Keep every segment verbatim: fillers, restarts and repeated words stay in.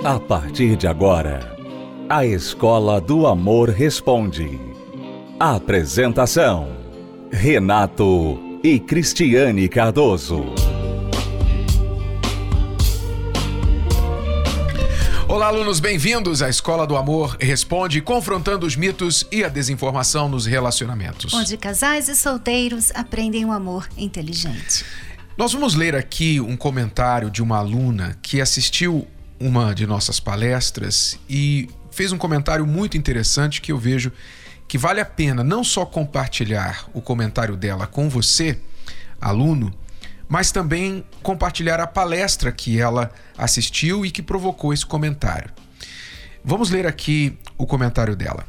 A partir de agora, a Escola do Amor Responde. Apresentação: Renato e Cristiane Cardoso. Olá, alunos, bem-vindos à Escola do Amor Responde, confrontando os mitos e a desinformação nos relacionamentos. Onde casais e solteiros aprendem um amor inteligente. Nós vamos ler aqui um comentário de uma aluna que assistiu uma de nossas palestras e fez um comentário muito interessante que eu vejo que vale a pena não só compartilhar o comentário dela com você, aluno, mas também compartilhar a palestra que ela assistiu e que provocou esse comentário. Vamos ler aqui o comentário dela.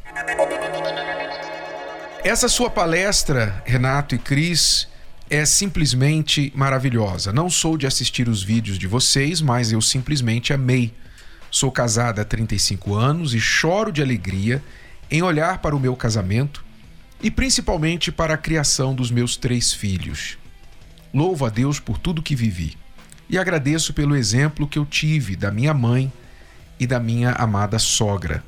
Essa sua palestra, Renato e Cris, é simplesmente maravilhosa. Não sou de assistir os vídeos de vocês, mas eu simplesmente amei. Sou casada há trinta e cinco anos e choro de alegria em olhar para o meu casamento e principalmente para a criação dos meus três filhos. Louvo a Deus por tudo que vivi e agradeço pelo exemplo que eu tive da minha mãe e da minha amada sogra.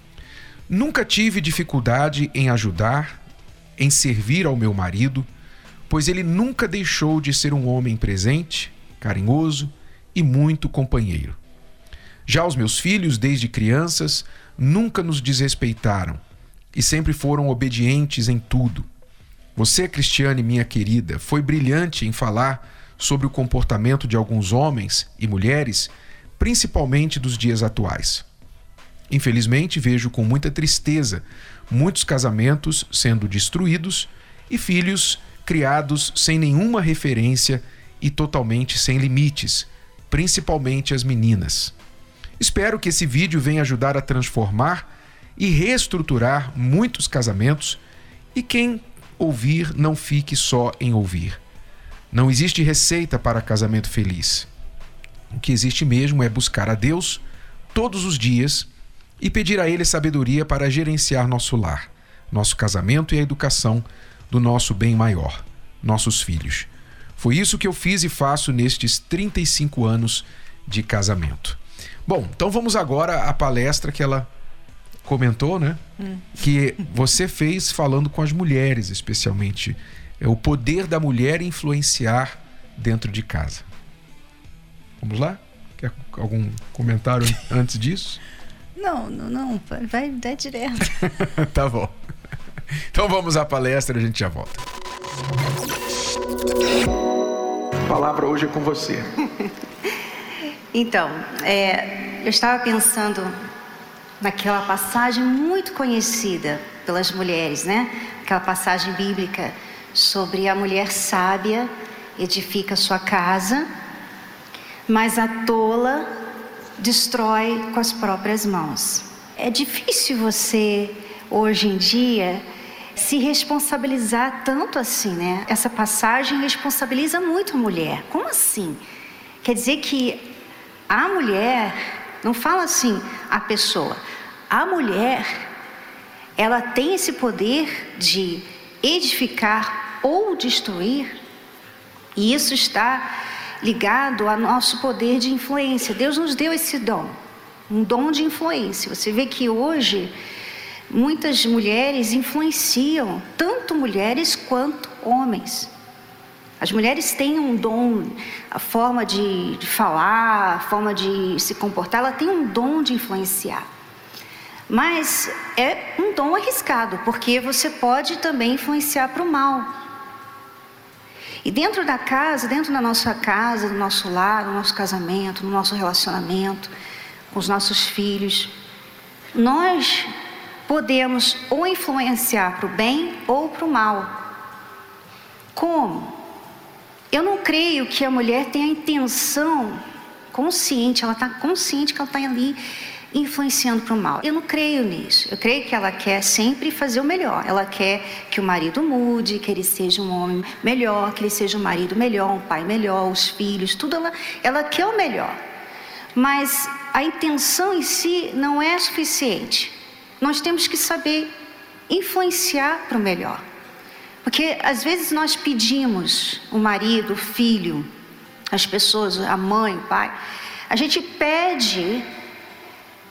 Nunca tive dificuldade em ajudar, em servir ao meu marido, pois ele nunca deixou de ser um homem presente, carinhoso e muito companheiro. Já os meus filhos, desde crianças, nunca nos desrespeitaram e sempre foram obedientes em tudo. Você, Cristiane, minha querida, foi brilhante em falar sobre o comportamento de alguns homens e mulheres, principalmente dos dias atuais. Infelizmente, vejo com muita tristeza muitos casamentos sendo destruídos e filhos criados sem nenhuma referência e totalmente sem limites, principalmente as meninas. Espero que esse vídeo venha ajudar a transformar e reestruturar muitos casamentos e quem ouvir não fique só em ouvir. Não existe receita para casamento feliz. O que existe mesmo é buscar a Deus todos os dias e pedir a Ele sabedoria para gerenciar nosso lar, nosso casamento e a educação do nosso bem maior, nossos filhos. Foi isso que eu fiz e faço nestes trinta e cinco anos de casamento. Bom, então vamos agora à palestra que ela comentou, né? Hum. Que você fez falando com as mulheres, especialmente. É o poder da mulher influenciar dentro de casa. Vamos lá? Quer algum comentário antes disso? Não, não, não. Vai, vai direto. Tá bom. Então vamos à palestra e a gente já volta. A palavra hoje é com você. Então, é, eu estava pensando naquela passagem muito conhecida pelas mulheres, né? Aquela passagem bíblica sobre a mulher sábia edifica sua casa, mas a tola destrói com as próprias mãos. É difícil você, hoje em dia, se responsabilizar tanto assim, né? Essa passagem responsabiliza muito a mulher. Como assim? Quer dizer que a mulher, não fala assim a pessoa, a mulher, ela tem esse poder de edificar ou destruir, e isso está ligado ao nosso poder de influência. Deus nos deu esse dom, um dom de influência. Você vê que hoje muitas mulheres influenciam, tanto mulheres quanto homens. As mulheres têm um dom, a forma de, de falar, a forma de se comportar, ela tem um dom de influenciar. Mas é um dom arriscado, porque você pode também influenciar para o mal. E dentro da casa, dentro da nossa casa, do nosso lar, do nosso casamento, no nosso relacionamento com os nossos filhos, nós podemos ou influenciar para o bem ou para o mal. Como? Eu não creio que a mulher tenha a intenção consciente, ela está consciente que ela está ali influenciando para o mal. Eu não creio nisso. Eu creio que ela quer sempre fazer o melhor. Ela quer que o marido mude, que ele seja um homem melhor, que ele seja um marido melhor, um pai melhor, os filhos, tudo ela, ela quer o melhor. Mas a intenção em si não é suficiente. Nós temos que saber influenciar para o melhor. Porque às vezes nós pedimos o marido, o filho, as pessoas, a mãe, o pai, a gente pede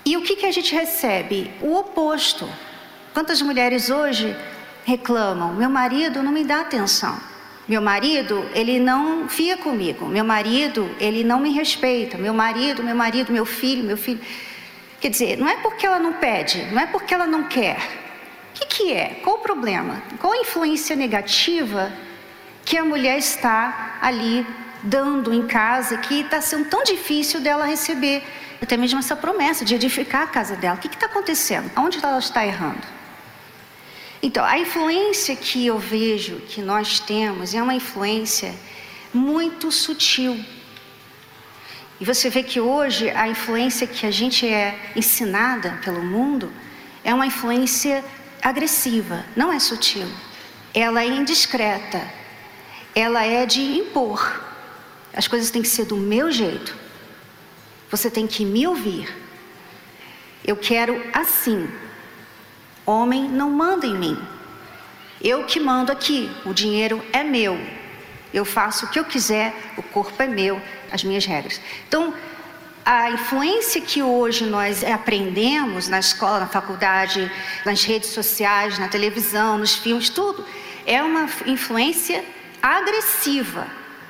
E o que, que a gente recebe? O oposto. Quantas mulheres hoje reclamam: meu marido não me dá atenção, meu marido, ele não fica comigo, meu marido, ele não me respeita, meu marido, meu marido, meu filho, meu filho. Quer dizer, não é porque ela não pede, não é porque ela não quer. O que, que é? Qual o problema? Qual a influência negativa que a mulher está ali dando em casa, que está sendo tão difícil dela receber até mesmo essa promessa de edificar a casa dela? O que está acontecendo? Onde ela está errando? Então, a influência que eu vejo que nós temos é uma influência muito sutil. E você vê que hoje a influência que a gente é ensinada pelo mundo é uma influência agressiva, não é sutil. Ela é indiscreta, ela é de impor. As coisas têm que ser do meu jeito. Você tem que me ouvir. Eu quero assim. Homem não manda em mim. Eu que mando aqui. O dinheiro é meu. Eu faço o que eu quiser. O corpo é meu. As minhas regras. Então, a influência que hoje nós aprendemos na escola, na faculdade, nas redes sociais, na televisão, nos filmes, tudo, é uma influência agressiva.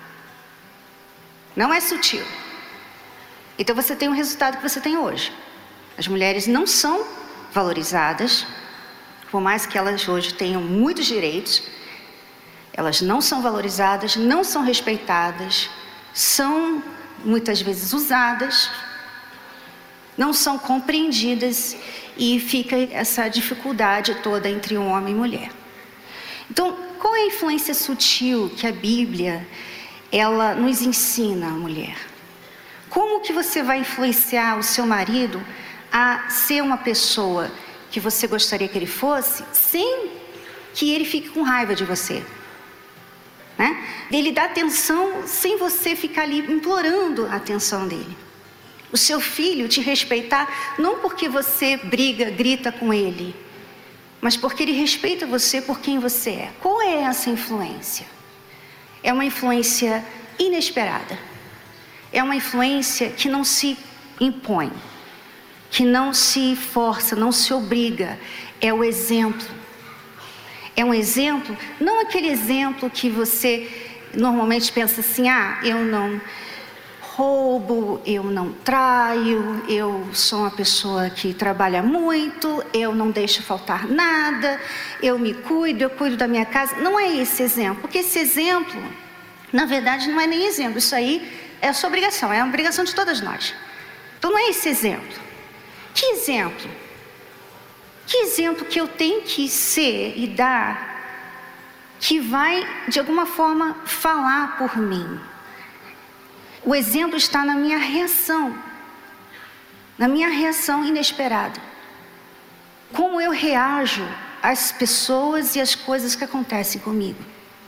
Não é sutil. Então você tem o resultado que você tem hoje. As mulheres não são valorizadas, por mais que elas hoje tenham muitos direitos, elas não são valorizadas, não são respeitadas, são muitas vezes usadas, não são compreendidas e fica essa dificuldade toda entre um homem e mulher. Então, qual é a influência sutil que a Bíblia ela nos ensina a mulher? Como que você vai influenciar o seu marido a ser uma pessoa que você gostaria que ele fosse, sem que ele fique com raiva de você? Né? Ele dá atenção sem você ficar ali implorando a atenção dele. O seu filho te respeitar, não porque você briga, grita com ele, mas porque ele respeita você por quem você é. Qual é essa influência? É uma influência inesperada. É uma influência que não se impõe, que não se força, não se obriga. É o exemplo. É um exemplo, não aquele exemplo que você normalmente pensa assim: ah, eu não roubo, eu não traio, eu sou uma pessoa que trabalha muito, eu não deixo faltar nada, eu me cuido, eu cuido da minha casa. Não é esse exemplo, porque esse exemplo, na verdade, não é nem exemplo. Isso aí é a sua obrigação, é a obrigação de todas nós. Então não é esse exemplo. Que exemplo? Que exemplo que eu tenho que ser e dar, que vai, de alguma forma, falar por mim? O exemplo está na minha reação, na minha reação inesperada. Como eu reajo às pessoas e às coisas que acontecem comigo.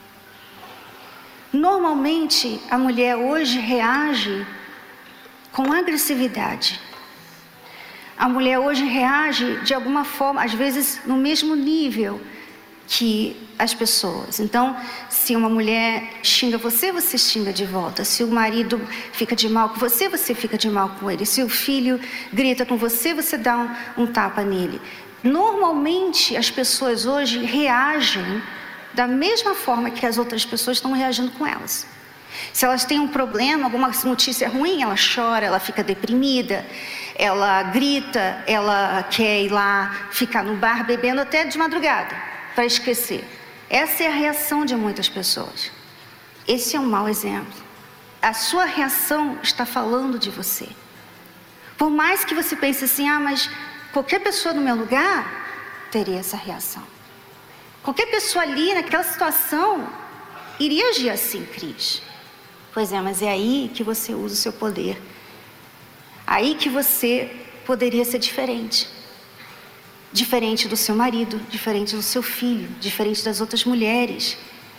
Normalmente, a mulher hoje reage com agressividade. A mulher hoje reage de alguma forma, às vezes no mesmo nível que as pessoas. Então, se uma mulher xinga você, você xinga de volta. Se o marido fica de mal com você, você fica de mal com ele. Se o filho grita com você, você dá um, um tapa nele. Normalmente, as pessoas hoje reagem da mesma forma que as outras pessoas estão reagindo com elas. Se elas têm um problema, alguma notícia ruim, ela chora, ela fica deprimida, ela grita, ela quer ir lá ficar no bar bebendo até de madrugada, para esquecer. Essa é a reação de muitas pessoas. Esse é um mau exemplo. A sua reação está falando de você. Por mais que você pense assim: ah, mas qualquer pessoa no meu lugar teria essa reação. Qualquer pessoa ali naquela situação iria agir assim, Cris. Pois é, mas é aí que você usa o seu poder. Aí que você poderia ser diferente. Diferente do seu marido, diferente do seu filho, diferente das outras mulheres.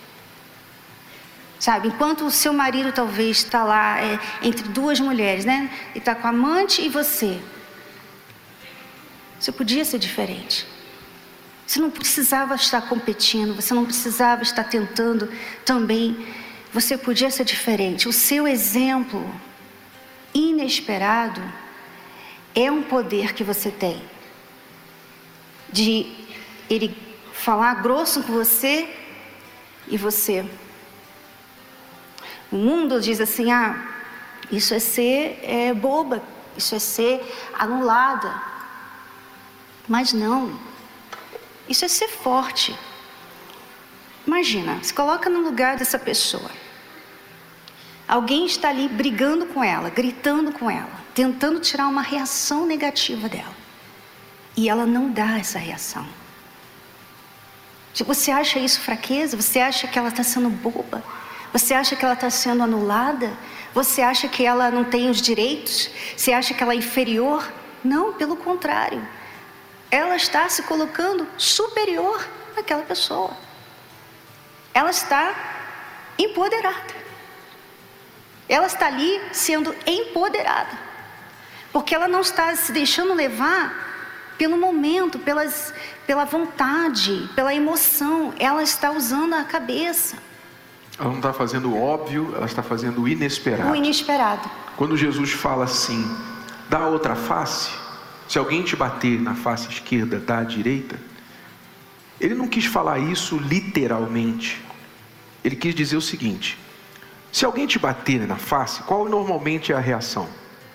Sabe, enquanto o seu marido talvez está lá é, entre duas mulheres, né? E está com a amante e você. Você podia ser diferente. Você não precisava estar competindo, você não precisava estar tentando também. Você podia ser diferente. O seu exemplo inesperado é um poder que você tem de ele falar grosso com você e você. O mundo diz assim: ah, isso é ser é, boba, isso é ser anulada. Mas não, isso é ser forte. Imagina, se coloca no lugar dessa pessoa. Alguém está ali brigando com ela, gritando com ela, tentando tirar uma reação negativa dela. E ela não dá essa reação. Você acha isso fraqueza? Você acha que ela está sendo boba? Você acha que ela está sendo anulada? Você acha que ela não tem os direitos? Você acha que ela é inferior? Não, pelo contrário. Ela está se colocando superior àquela pessoa. Ela está empoderada. Ela está ali sendo empoderada. Porque ela não está se deixando levar pelo momento, pelas, pela vontade, pela emoção. Ela está usando a cabeça. Ela não está fazendo o óbvio, ela está fazendo o inesperado. O inesperado. Quando Jesus fala assim, dá a outra face, se alguém te bater na face esquerda, dá a direita, ele não quis falar isso literalmente. Ele quis dizer o seguinte: se alguém te bater na face, qual normalmente é a reação?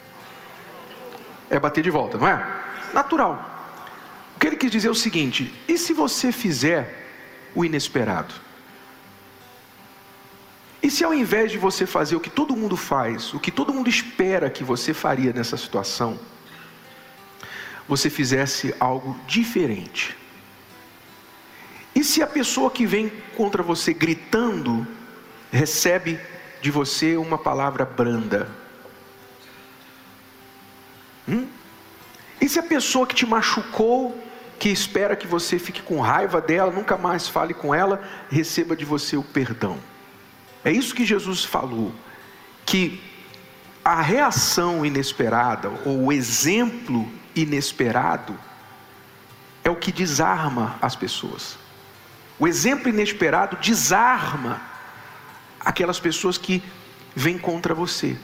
É bater de volta, não é? Natural. O que ele quis dizer é o seguinte: e se você fizer o inesperado? E se ao invés de você fazer o que todo mundo faz, o que todo mundo espera que você faria nessa situação, você fizesse algo diferente? E se a pessoa que vem contra você gritando, recebe de você uma palavra branda? Hum? E se a pessoa que te machucou, que espera que você fique com raiva dela, nunca mais fale com ela, receba de você o perdão? É isso que Jesus falou, que a reação inesperada, ou o exemplo inesperado, é o que desarma as pessoas. O exemplo inesperado desarma aquelas pessoas que vêm contra você.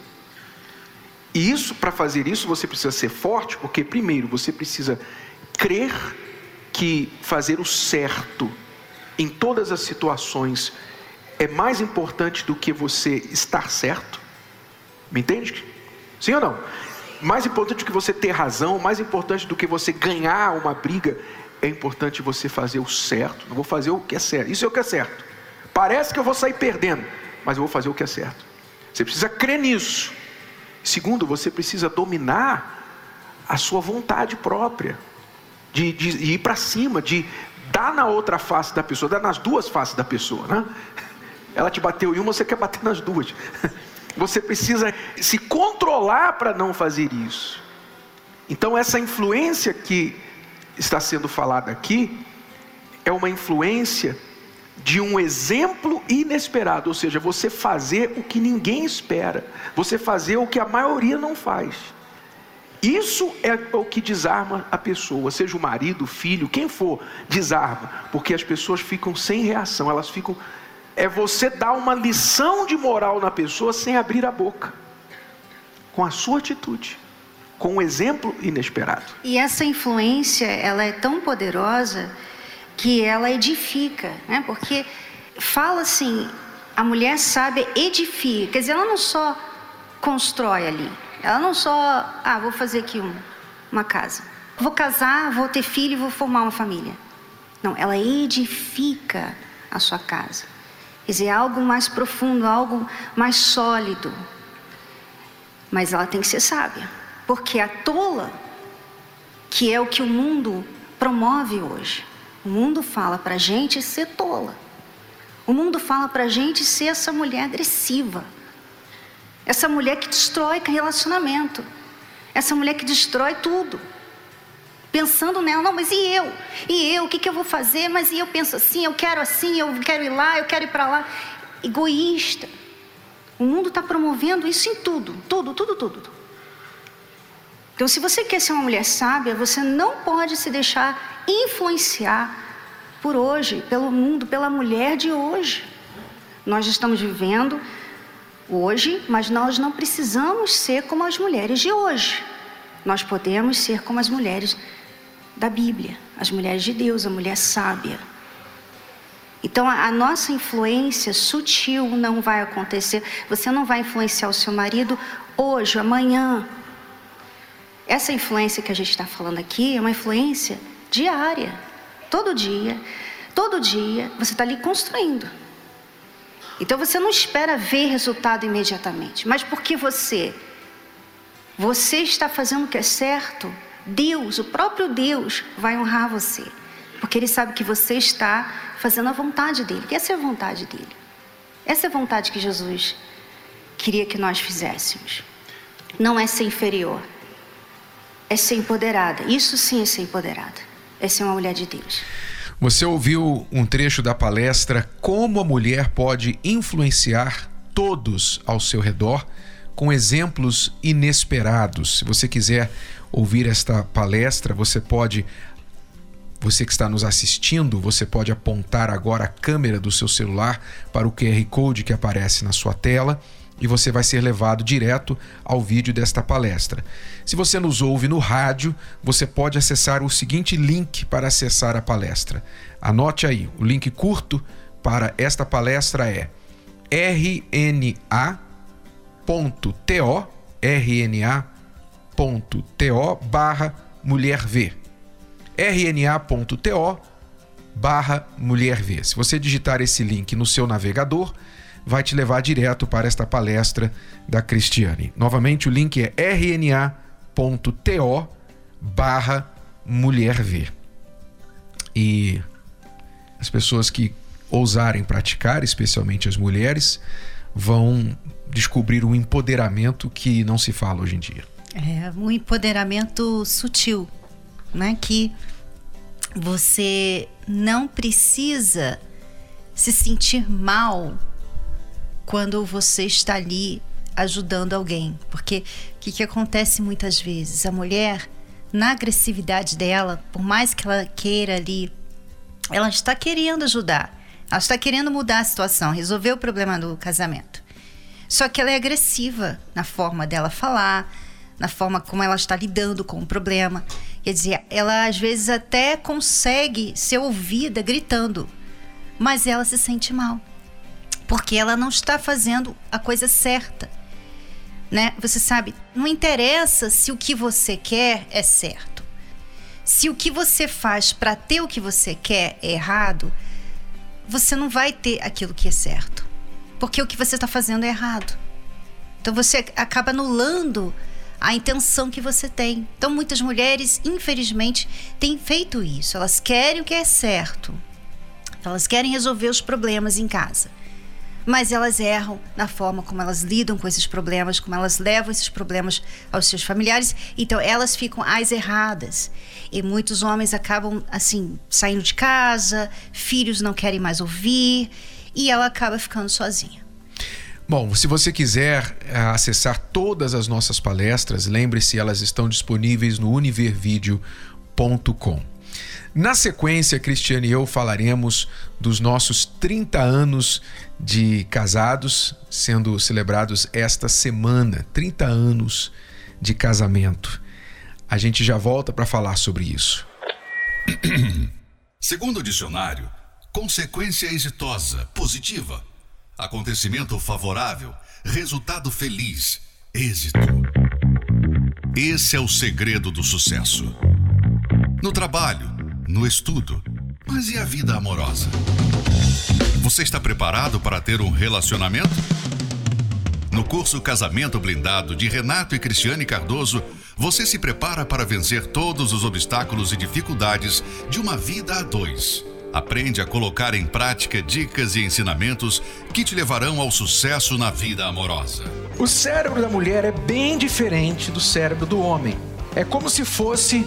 E isso, para fazer isso, você precisa ser forte, porque primeiro você precisa crer que fazer o certo em todas as situações é mais importante do que você estar certo. Me entende? Sim ou não? Mais importante do que você ter razão, mais importante do que você ganhar uma briga, é importante você fazer o certo. Não vou fazer o que é certo. Isso é o que é certo. Parece que eu vou sair perdendo, mas eu vou fazer o que é certo. Você precisa crer nisso. Segundo, você precisa dominar a sua vontade própria, de, de, de ir para cima, de dar na outra face da pessoa, dar nas duas faces da pessoa, né? Ela te bateu em uma, você quer bater nas duas. Você precisa se controlar para não fazer isso. Então essa influência que está sendo falada aqui é uma influência de um exemplo inesperado, ou seja, você fazer o que ninguém espera, você fazer o que a maioria não faz. Isso é o que desarma a pessoa, seja o marido, o filho, quem for, desarma, porque as pessoas ficam sem reação, elas ficam... É você dar uma lição de moral na pessoa sem abrir a boca, com a sua atitude, com um exemplo inesperado. E essa influência, ela é tão poderosa que ela edifica, né? Porque fala assim, a mulher sábia edifica, quer dizer, ela não só constrói ali, ela não só, ah, vou fazer aqui um, uma casa, vou casar, vou ter filho e vou formar uma família. Não, ela edifica a sua casa. Quer dizer, algo mais profundo, algo mais sólido. Mas ela tem que ser sábia, porque a tola, que é o que o mundo promove hoje, o mundo fala pra gente ser tola. O mundo fala pra gente ser essa mulher agressiva, essa mulher que destrói relacionamento, essa mulher que destrói tudo, pensando nela. Não, mas e eu? E eu? O que, que eu vou fazer? Mas e eu penso assim, eu quero assim, eu quero ir lá, eu quero ir para lá. Egoísta. O mundo está promovendo isso em tudo, tudo, tudo, tudo. Então, se você quer ser uma mulher sábia, você não pode se deixar influenciar por hoje, pelo mundo, pela mulher de hoje. Nós estamos vivendo hoje, mas nós não precisamos ser como as mulheres de hoje. nós podemos ser como as mulheres da Bíblia, as mulheres de Deus, a mulher sábia. Então a, a nossa influência sutil não vai acontecer. Você não vai influenciar o seu marido hoje, amanhã. Essa influência que a gente está falando aqui é uma influência diária. Todo dia, todo dia você está ali construindo. Então você não espera ver resultado imediatamente, mas porque você, você está fazendo o que é certo, Deus, o próprio Deus vai honrar você, porque Ele sabe que você está fazendo a vontade dEle. E essa é a vontade dEle. Essa é a vontade que Jesus queria que nós fizéssemos. Não é ser inferior, é ser empoderada. Isso sim é ser empoderada, é ser uma mulher de Deus. Você ouviu um trecho da palestra Como a Mulher Pode Influenciar Todos ao Seu Redor, com exemplos inesperados. Se você quiser ouvir esta palestra, você pode, você que está nos assistindo, você pode apontar agora a câmera do seu celular para o Q R Code que aparece na sua tela e você vai ser levado direto ao vídeo desta palestra. Se você nos ouve no rádio, você pode acessar o seguinte link para acessar a palestra. Anote aí, o link curto para esta palestra é rna.to rna.to barra mulher v rna.to barra mulher v. Se você digitar esse link no seu navegador, vai te levar direto para esta palestra da Cristiane. Novamente, o link é rna.to barra mulher v. E as pessoas que ousarem praticar, especialmente as mulheres, vão descobrir um empoderamento que não se fala hoje em dia. É um empoderamento sutil, né? Que você não precisa se sentir mal quando você está ali ajudando alguém. Porque o que, que acontece muitas vezes? A mulher, na agressividade dela, por mais que ela queira ali, ela está querendo ajudar, ela está querendo mudar a situação, resolver o problema do casamento. Só que ela é agressiva na forma dela falar, na forma como ela está lidando com o problema. Quer dizer, ela às vezes até consegue ser ouvida gritando, mas ela se sente mal, porque ela não está fazendo a coisa certa, né? Você sabe, não interessa se o que você quer é certo. Se o que você faz para ter o que você quer é errado, você não vai ter aquilo que é certo, porque o que você está fazendo é errado. Então você acaba anulando a intenção que você tem. Então muitas mulheres, infelizmente, têm feito isso. Elas querem o que é certo, elas querem resolver os problemas em casa, mas elas erram na forma como elas lidam com esses problemas, como elas levam esses problemas aos seus familiares. Então elas ficam as erradas. E muitos homens acabam assim, saindo de casa, filhos não querem mais ouvir, e ela acaba ficando sozinha. Bom, se você quiser acessar todas as nossas palestras, lembre-se, elas estão disponíveis no univervideo ponto com. Na sequência, Cristiane e eu falaremos dos nossos trinta anos de casados, sendo celebrados esta semana. trinta anos de casamento. A gente já volta para falar sobre isso. Segundo o dicionário, consequência exitosa, positiva. Acontecimento favorável, resultado feliz, êxito. Esse é o segredo do sucesso. No trabalho, no estudo, mas e a vida amorosa? Você está preparado para ter um relacionamento? No curso Casamento Blindado de Renato e Cristiane Cardoso, você se prepara para vencer todos os obstáculos e dificuldades de uma vida a dois. Aprende a colocar em prática dicas e ensinamentos que te levarão ao sucesso na vida amorosa. O cérebro da mulher é bem diferente do cérebro do homem. É como se fosse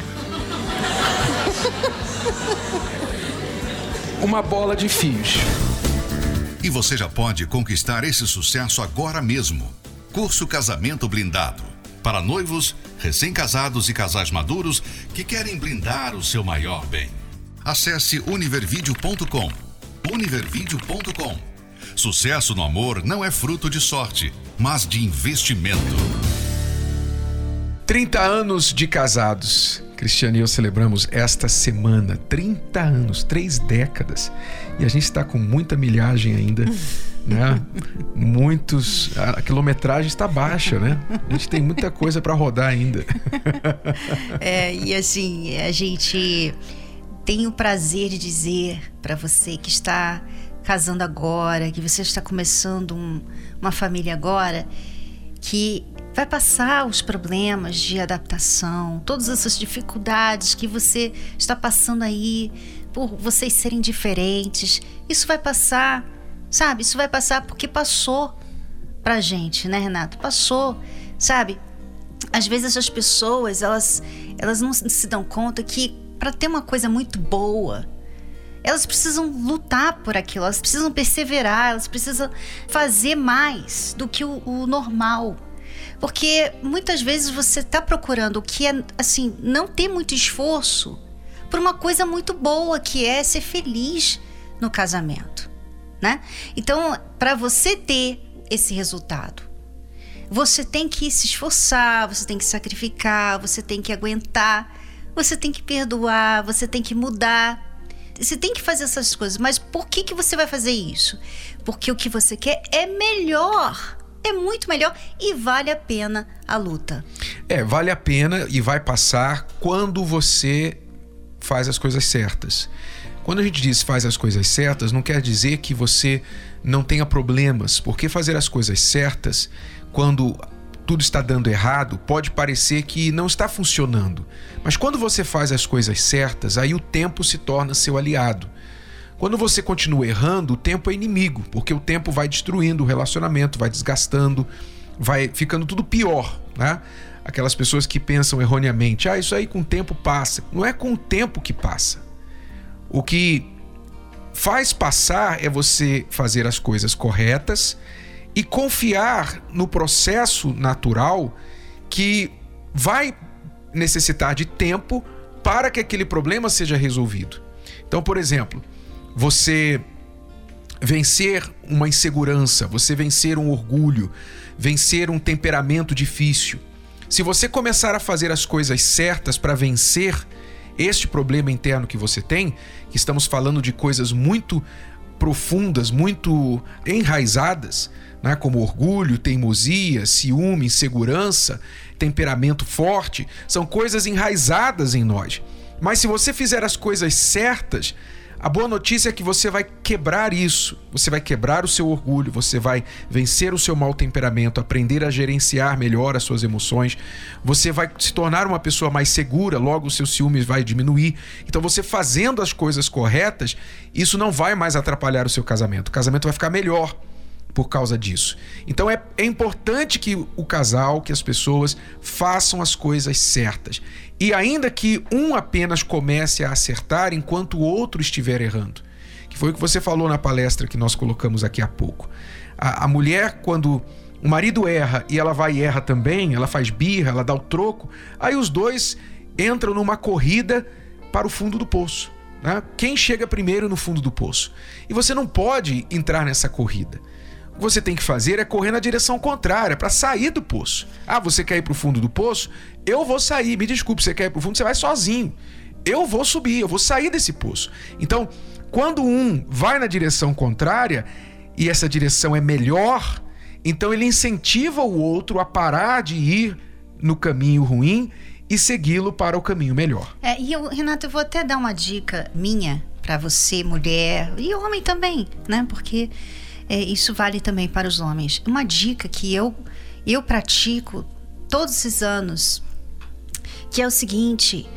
uma bola de fios. E você já pode conquistar esse sucesso agora mesmo. Curso Casamento Blindado. Para noivos, recém-casados e casais maduros que querem blindar o seu maior bem. Acesse univervideo ponto com. univervideo ponto com. Sucesso no amor não é fruto de sorte, mas de investimento. trinta anos de casados. Cristiane e eu celebramos esta semana. trinta anos, três décadas. E a gente está com muita milhagem ainda, né? Muitos... A quilometragem está baixa, né? A gente tem muita coisa para rodar ainda. É, e assim, a gente tem o prazer de dizer para você que está casando agora, que você está começando um, uma família agora, que vai passar os problemas de adaptação, todas essas dificuldades que você está passando aí, por vocês serem diferentes. Isso vai passar, sabe? Isso vai passar porque passou pra gente, né, Renato? Passou, sabe? Às vezes essas pessoas, elas, elas não se dão conta que para ter uma coisa muito boa, elas precisam lutar por aquilo, elas precisam perseverar, elas precisam fazer mais do que o, o normal. Porque muitas vezes você está procurando o que é, assim, não ter muito esforço por uma coisa muito boa, que é ser feliz no casamento, né? Então, para você ter esse resultado, você tem que se esforçar, você tem que sacrificar, você tem que aguentar, você tem que perdoar, você tem que mudar. Você tem que fazer essas coisas. Mas por que que você vai fazer isso? Porque o que você quer é melhor. É muito melhor e vale a pena a luta. É, vale a pena e vai passar quando você faz as coisas certas. Quando a gente diz faz as coisas certas, não quer dizer que você não tenha problemas, porque fazer as coisas certas, quando tudo está dando errado, pode parecer que não está funcionando. Mas quando você faz as coisas certas, aí o tempo se torna seu aliado. Quando você continua errando, o tempo é inimigo, porque o tempo vai destruindo o relacionamento, vai desgastando, vai ficando tudo pior, né? Aquelas pessoas que pensam erroneamente, ah, isso aí com o tempo passa. Não é com o tempo que passa. O que faz passar é você fazer as coisas corretas e confiar no processo natural que vai necessitar de tempo para que aquele problema seja resolvido. Então, por exemplo, você vencer uma insegurança, você vencer um orgulho, vencer um temperamento difícil. Se você começar a fazer as coisas certas para vencer este problema interno que você tem, que estamos falando de coisas muito profundas, muito enraizadas, né, como orgulho, teimosia, ciúme, insegurança, temperamento forte, são coisas enraizadas em nós. Mas se você fizer as coisas certas, a boa notícia é que você vai quebrar isso, você vai quebrar o seu orgulho, você vai vencer o seu mau temperamento, aprender a gerenciar melhor as suas emoções, você vai se tornar uma pessoa mais segura, logo o seu ciúme vai diminuir. Então você fazendo as coisas corretas, isso não vai mais atrapalhar o seu casamento, o casamento vai ficar melhor por causa disso. Então é, é importante que o casal, que as pessoas façam as coisas certas. E ainda que um apenas comece a acertar enquanto o outro estiver errando. Que foi o que você falou na palestra que nós colocamos aqui há pouco. A, a mulher, quando o marido erra e ela vai e erra também, ela faz birra, ela dá o troco, aí os dois entram numa corrida para o fundo do poço, né? Quem chega primeiro no fundo do poço? E você não pode entrar nessa corrida. O que você tem que fazer é correr na direção contrária, para sair do poço. Ah, você quer ir para o fundo do poço? Eu vou sair. Me desculpe, você quer ir para o fundo? Você vai sozinho. Eu vou subir, eu vou sair desse poço. Então, quando um vai na direção contrária, e essa direção é melhor, então ele incentiva o outro a parar de ir no caminho ruim e segui-lo para o caminho melhor. É, e eu, Renato, eu vou até dar uma dica minha para você, mulher, e homem também, né? Porque... É, isso vale também para os homens. Uma dica que eu, eu pratico todos esses anos, que é o seguinte: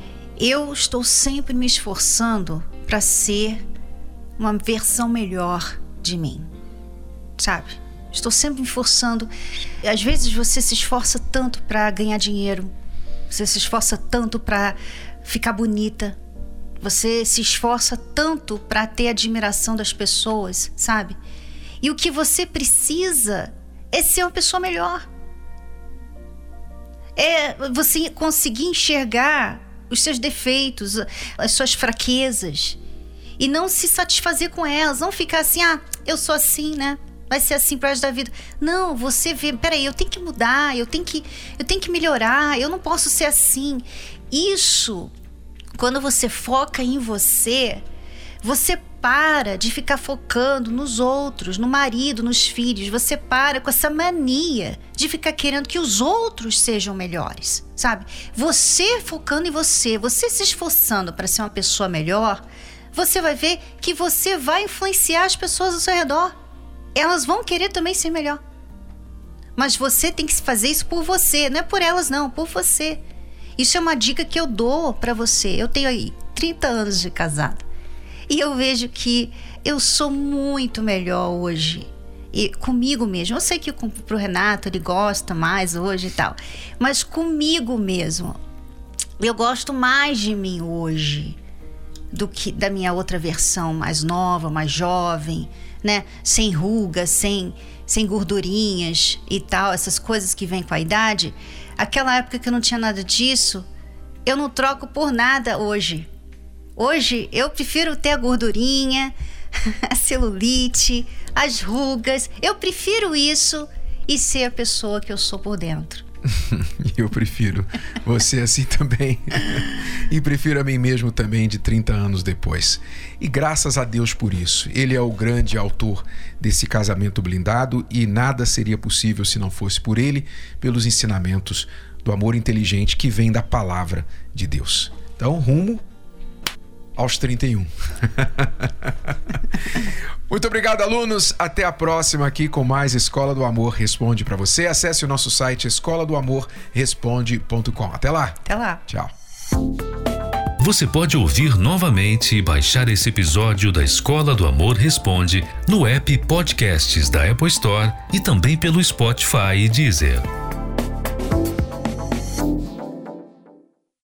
eu estou sempre me esforçando para ser uma versão melhor de mim, sabe? Estou sempre me esforçando. Às vezes você se esforça tanto para ganhar dinheiro, você se esforça tanto para ficar bonita, você se esforça tanto para ter admiração das pessoas, sabe? E o que você precisa é ser uma pessoa melhor. É você conseguir enxergar os seus defeitos, as suas fraquezas, e não se satisfazer com elas. Não ficar assim, ah, eu sou assim, né? vai ser assim pro resto da vida. Não, você vê, peraí, eu tenho que mudar, eu tenho que, eu tenho que melhorar, eu não posso ser assim. Isso, quando você foca em você, você para de ficar focando nos outros, no marido, nos filhos. Você para com essa mania de ficar querendo que os outros sejam melhores, sabe? Você focando em você, você se esforçando para ser uma pessoa melhor, você vai ver que você vai influenciar as pessoas ao seu redor. Elas vão querer também ser melhor. Mas você tem que fazer isso por você, não é por elas não, por você. Isso é uma dica que eu dou para você. Eu tenho aí trinta anos de casada. E eu vejo que eu sou muito melhor hoje. E comigo mesmo. Eu sei que pro Renato ele gosta mais hoje e tal. Mas comigo mesmo. Eu gosto mais de mim hoje do que da minha outra versão mais nova, mais jovem, né? Sem rugas, sem, sem gordurinhas e tal. Essas coisas que vêm com a idade. Aquela época que eu não tinha nada disso, eu não troco por nada hoje. Hoje eu prefiro ter a gordurinha, a celulite, as rugas. Eu prefiro isso e ser a pessoa que eu sou por dentro. Eu prefiro você assim também. E prefiro a mim mesmo também de trinta anos depois. E graças a Deus por isso. Ele é o grande autor desse casamento blindado e nada seria possível se não fosse por ele, pelos ensinamentos do amor inteligente que vem da palavra de Deus. Então, rumo aos trinta e um. Muito obrigado, alunos. Até a próxima aqui com mais Escola do Amor Responde para você. Acesse o nosso site escola do amor responde ponto com. Até lá. Até lá. Tchau. Você pode ouvir novamente e baixar esse episódio da Escola do Amor Responde no app Podcasts da Apple Store e também pelo Spotify e Deezer.